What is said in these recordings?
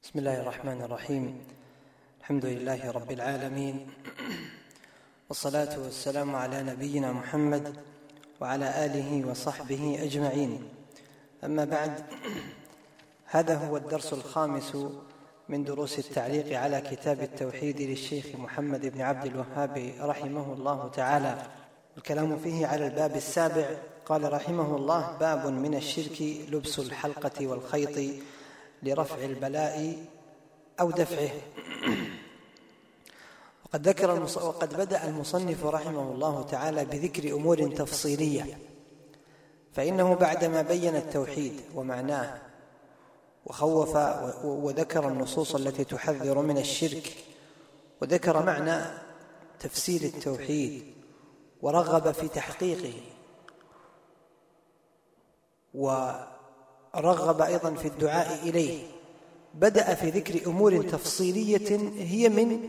بسم الله الرحمن الرحيم. الحمد لله رب العالمين، والصلاة والسلام على نبينا محمد وعلى آله وصحبه أجمعين. أما بعد، هذا هو الدرس الخامس من دروس التعليق على كتاب التوحيد للشيخ محمد بن عبد الوهاب رحمه الله تعالى. الكلام فيه على الباب السابع. قال رحمه الله: باب من الشرك لبس الحلقة والخيط لرفع البلاء أو دفعه. وقد بدأ المصنف رحمه الله تعالى بذكر أمور تفصيلية، فإنه بعدما بين التوحيد ومعناه وخوف وذكر النصوص التي تحذر من الشرك، وذكر معنى تفسير التوحيد ورغب في تحقيقه، ورغب أيضا في الدعاء إليه، بدأ في ذكر أمور تفصيلية هي من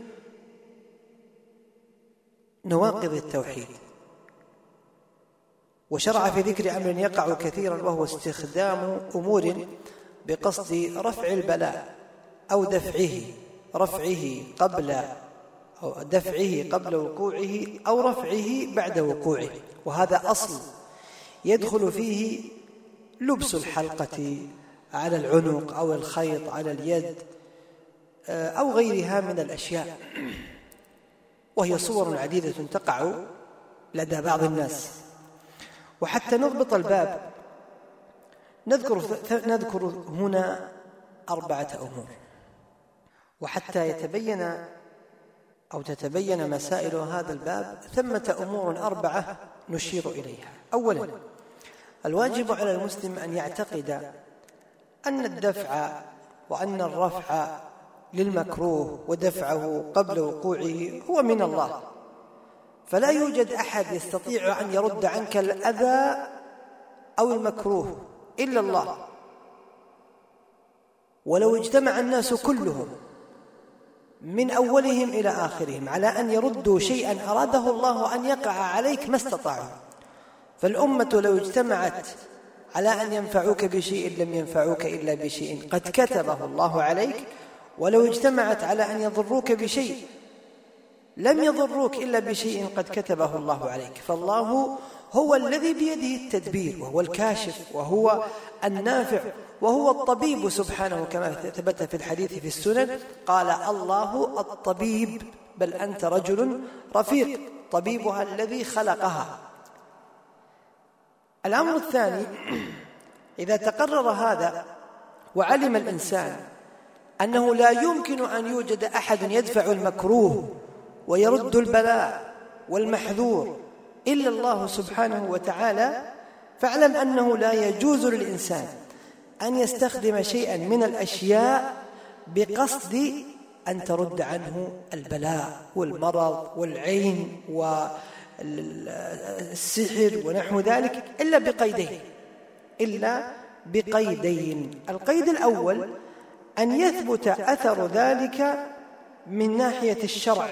نواقض التوحيد، وشرع في ذكر أمر يقع كثيرا، وهو استخدام أمور بقصد رفع البلاء أو دفعه قبل وقوعه أو رفعه بعد وقوعه. وهذا أصل يدخل فيه لبس الحلقة على العنق أو الخيط على اليد أو غيرها من الأشياء، وهي صور عديدة تقع لدى بعض الناس. وحتى نضبط الباب نذكر هنا 4 أمور، وحتى تتبين مسائل هذا الباب ثمة أمور 4 نشير إليها. أولا، الواجب على المسلم أن يعتقد أن الدفع وأن الرفع للمكروه ودفعه قبل وقوعه هو من الله، فلا يوجد أحد يستطيع أن يرد عنك الأذى أو المكروه إلا الله. ولو اجتمع الناس كلهم من أولهم إلى آخرهم على أن يردوا شيئا أراده الله أن يقع عليك ما استطاعوا. فالأمة لو اجتمعت على أن ينفعوك بشيء لم ينفعوك إلا بشيء قد كتبه الله عليك، ولو اجتمعت على أن يضروك بشيء لم يضروك إلا بشيء قد كتبه الله عليك. فالله هو الذي بيده التدبير، وهو الكاشف، وهو النافع، وهو الطبيب سبحانه، كما ثبت في الحديث في السنن: قال الله الطبيب، بل أنت رجل رفيق، طبيبها الذي خلقها. الأمر الثاني، إذا تقرر هذا وعلم الإنسان أنه لا يمكن أن يوجد أحد يدفع المكروه ويرد البلاء والمحذور إلا الله سبحانه وتعالى، فاعلم أنه لا يجوز للإنسان أن يستخدم شيئا من الأشياء بقصد أن ترد عنه البلاء والمرض والعين والسحر ونحو ذلك إلا بقيدين. القيد الأول أن يثبت أثر ذلك من ناحية الشرع،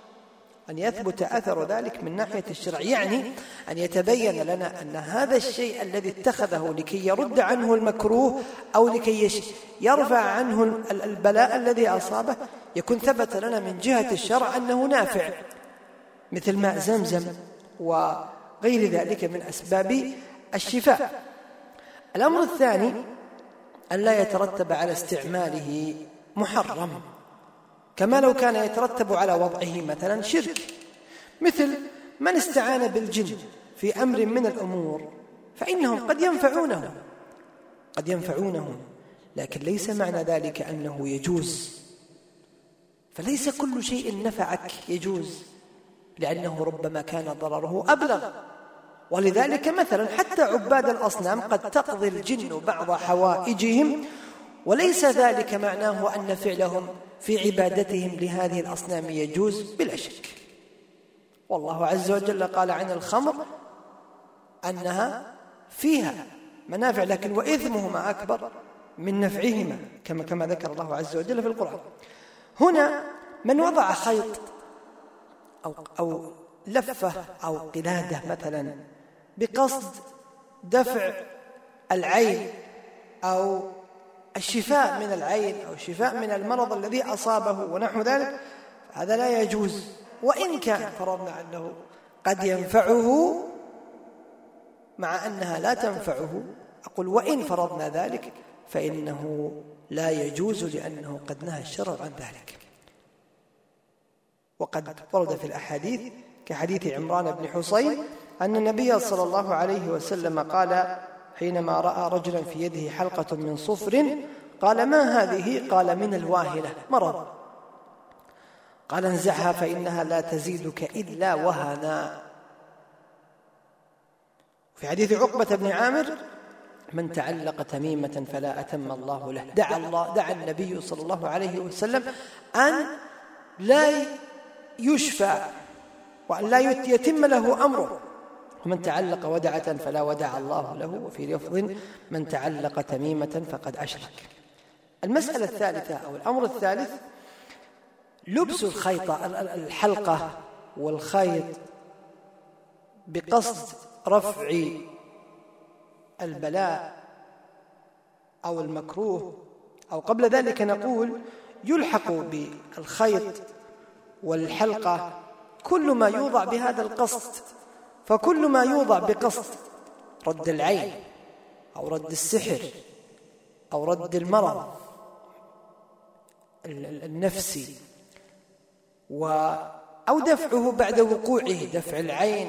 يعني أن يتبين لنا أن هذا الشيء الذي اتخذه لكي يرد عنه المكروه أو لكي يرفع عنه البلاء الذي أصابه يكون ثبت لنا من جهة الشرع أنه نافع، مثل ماء زمزم وغير ذلك من أسباب الشفاء. الأمر الثاني أن لا يترتب على استعماله محرم، كما لو كان يترتب على وضعه مثلا شرك، مثل من استعان بالجن في أمر من الأمور فإنهم قد ينفعونه، لكن ليس معنى ذلك أنه يجوز. فليس كل شيء نفعك يجوز، لأنه ربما كان ضرره أبلغ. ولذلك مثلا حتى عباد الأصنام قد تقضي الجن بعض حوائجهم، وليس ذلك معناه أن فعلهم في عبادتهم لهذه الأصنام يجوز، بلا شك. والله عز وجل قال عن الخمر أنها فيها منافع، لكن وإثمهما أكبر من نفعهما، كما ذكر الله عز وجل في القرآن. هنا من وضع خيط أو لفة أو قلادة مثلا بقصد دفع العين أو الشفاء من العين أو الشفاء من المرض الذي أصابه ونحو ذلك، هذا لا يجوز. وإن كان فرضنا أنه قد ينفعه مع أنها لا تنفعه، أقول وإن فرضنا ذلك فإنه لا يجوز، لأنه قد نهى الشرع عن ذلك. وقد ورد في الأحاديث كحديث عمران بن حصين أن النبي صلى الله عليه وسلم قال حينما رأى رجلا في يده حلقة من صفر قال: ما هذه؟ قال: من الواهنة، مرض. قال: انزعها فإنها لا تزيدك إلا وهنا. في حديث عقبة بن عامر: من تعلق تميمة فلا أتم الله له. دعا النبي صلى الله عليه وسلم أن لا يشفى وأن لا يتم له أمره. ومن تعلق ودعة فلا ودع الله له. وفي لفظ: من تعلق تميمة فقد أشرك. المسألة الثالثة أو الأمر الثالث: لبس الحلقة والخيط بقصد رفع البلاء أو المكروه، أو قبل ذلك نقول يلحق بالخيط والحلقة كل ما يوضع بهذا القصد. فكل ما يوضع بقصد رد العين أو رد السحر أو رد المرض النفسي أو دفعه بعد وقوعه، دفع العين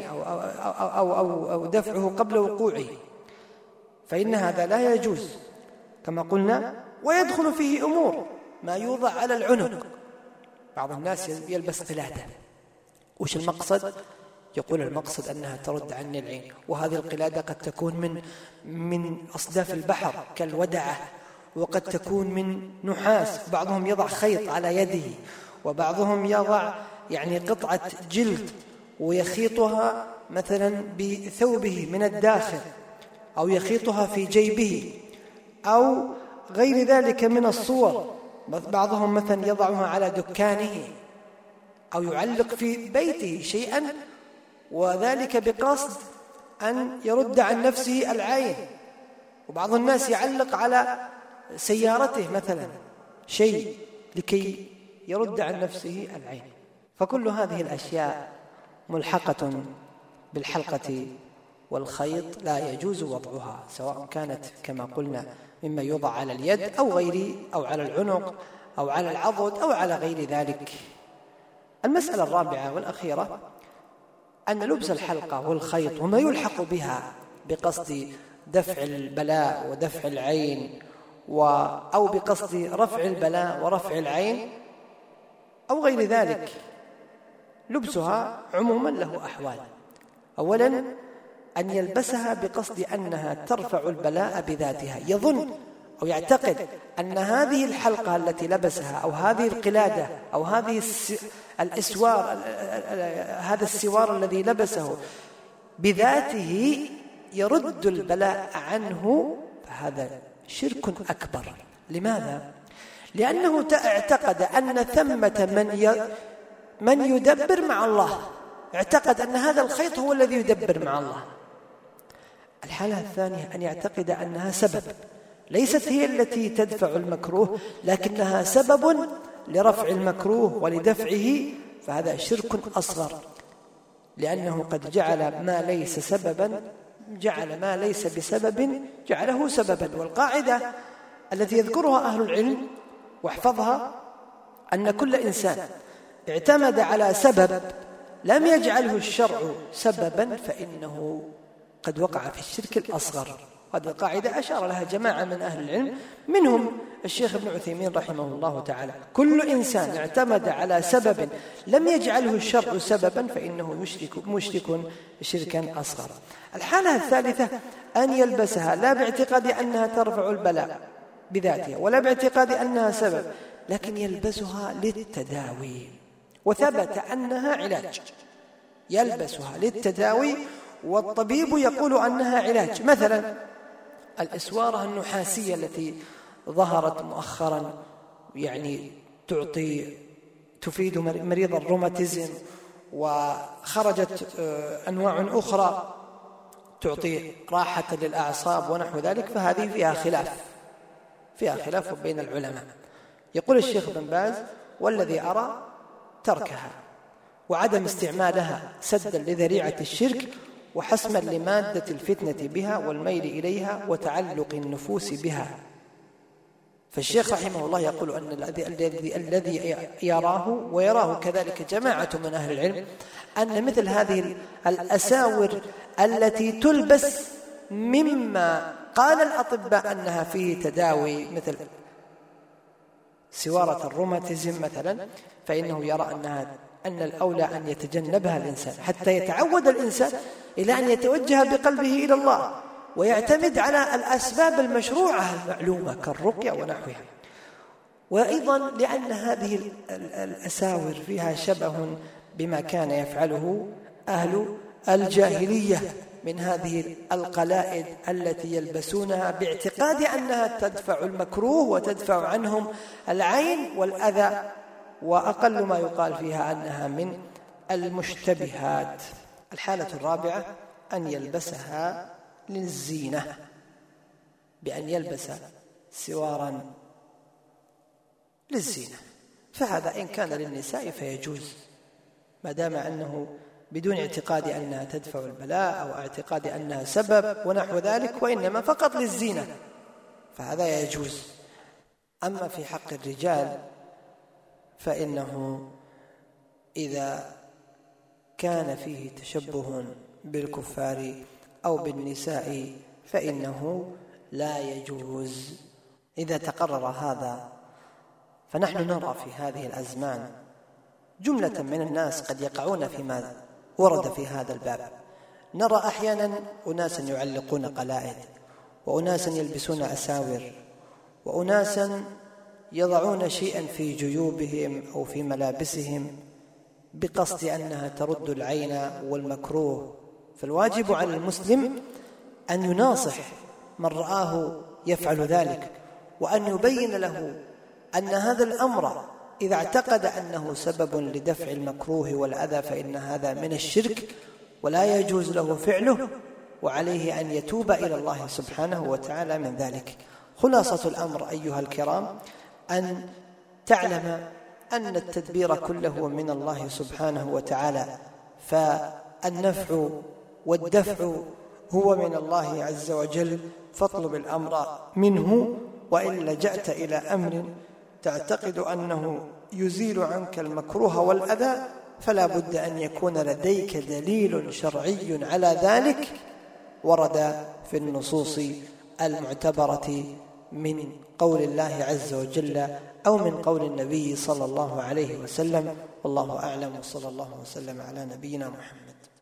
أو دفعه قبل وقوعه، فإن هذا لا يجوز كما قلنا. ويدخل فيه أمور ما يوضع على العنق. بعض الناس يلبس قلادة. وش المقصد؟ يقول المقصد أنها ترد عني العين. وهذه القلادة قد تكون من أصداف البحر كالودعة، وقد تكون من نحاس. بعضهم يضع خيط على يده، وبعضهم يضع قطعة جلد ويخيطها مثلا بثوبه من الداخل، أو يخيطها في جيبه، أو غير ذلك من الصور. بعضهم مثلا يضعها على دكانه، أو يعلق في بيته شيئا، وذلك بقصد أن يرد عن نفسه العين. وبعض الناس يعلق على سيارته مثلا شيء لكي يرد عن نفسه العين. فكل هذه الأشياء ملحقة بالحلقة والخيط لا يجوز وضعها، سواء كانت كما قلنا مما يوضع على اليد أو غيره، أو على العنق أو على العضد أو على غير ذلك. المسألة الرابعة والأخيرة: أن لبس الحلقة والخيط وما يلحق بها بقصد دفع البلاء ودفع العين، أو بقصد رفع البلاء ورفع العين أو غير ذلك، لبسها عموما له أحوال. أولا: أن يلبسها بقصد أنها ترفع البلاء بذاتها، يظن أو يعتقد أن هذه الحلقة التي لبسها أو هذه القلادة أو هذه الإسوار، هذا السوار الذي لبسه بذاته يرد البلاء عنه، فهذا شرك أكبر. لماذا؟ لأنه اعتقد أن ثمة من يدبر مع الله، اعتقد أن هذا الخيط هو الذي يدبر مع الله. الحالة الثانية: أن يعتقد أنها سبب، ليست هي التي تدفع المكروه، لكنها سبب لرفع المكروه ولدفعه، فهذا شرك أصغر، لأنه قد جعل ما ليس بسبب جعله سببا. والقاعدة التي يذكرها أهل العلم واحفظها: أن كل إنسان اعتمد على سبب لم يجعله الشرع سببا فإنه قد وقع في الشرك الأصغر. هذه القاعدة أشار لها جماعة من أهل العلم، منهم الشيخ ابن عثيمين رحمه الله تعالى. كل إنسان اعتمد على سبب لم يجعله الشرع سببا فإنه مشرك شركا أصغر. الحالة الثالثة: أن يلبسها لا باعتقاد أنها ترفع البلاء بذاتها ولا باعتقاد أنها سبب، لكن يلبسها للتداوي، وثبت أنها علاج، يلبسها للتداوي والطبيب يقول أنها علاج. مثلا الإسوارة النحاسية التي ظهرت مؤخرا، تفيد مريض الروماتيزم، وخرجت أنواع أخرى تعطي راحة للأعصاب ونحو ذلك، فهذه فيها خلاف، فيها خلاف بين العلماء. يقول الشيخ بن باز: والذي أرى تركها وعدم استعمالها سدا لذريعة الشرك وحسما لمادة الفتنة بها والميل إليها وتعلق النفوس بها. فالشيخ رحمه الله يقول أن الذي يراه ويراه كذلك جماعة من أهل العلم أن مثل هذه الأساور التي تلبس مما قال الأطباء أنها فيه تداوي مثل سوارة الروماتيزم مثلا، فإنه يرى أن الأولى أن يتجنبها الإنسان حتى يتعود الإنسان إلى أن يتوجه بقلبه إلى الله ويعتمد على الأسباب المشروعة المعلومة كالرقية ونحوها. وأيضا لأن هذه الأساور فيها شبه بما كان يفعله أهل الجاهلية من هذه القلائد التي يلبسونها باعتقاد أنها تدفع المكروه وتدفع عنهم العين والأذى، وأقل ما يقال فيها أنها من المشتبهات. الحالة الرابعة أن يلبسها للزينة بأن يلبس سوارا للزينة، فهذا إن كان للنساء فيجوز ما دام أنه بدون اعتقاد أنها تدفع البلاء أو اعتقاد أنها سبب ونحو ذلك، وإنما فقط للزينة، فهذا يجوز. أما في حق الرجال فإنه إذا كان فيه تشبه بالكفار أو بالنساء فإنه لا يجوز. إذا تقرر هذا فنحن نرى في هذه الأزمان جملة من الناس قد يقعون فيما ورد في هذا الباب. نرى أحيانا أناسا يعلقون قلائد، وأناسا يلبسون أساور، وأناسا يضعون شيئا في جيوبهم أو في ملابسهم بقصد أنها ترد العين والمكروه. فالواجب على المسلم أن يناصح من رآه يفعل ذلك، وأن يبين له أن هذا الأمر إذا اعتقد أنه سبب لدفع المكروه والأذى فإن هذا من الشرك ولا يجوز له فعله، وعليه أن يتوب إلى الله سبحانه وتعالى من ذلك. خلاصة الأمر أيها الكرام أن تعلم أن التدبير كله من الله سبحانه وتعالى، فالنفع والدفع هو من الله عز وجل، فاطلب الأمر منه، وإن لجأت إلى أمر تعتقد أنه يزيل عنك المكروه والأذى فلا بد أن يكون لديك دليل شرعي على ذلك ورد في النصوص المعتبرة من قول الله عز وجل أو من قول النبي صلى الله عليه وسلم. والله أعلم، وصلى الله وسلم على نبينا محمد.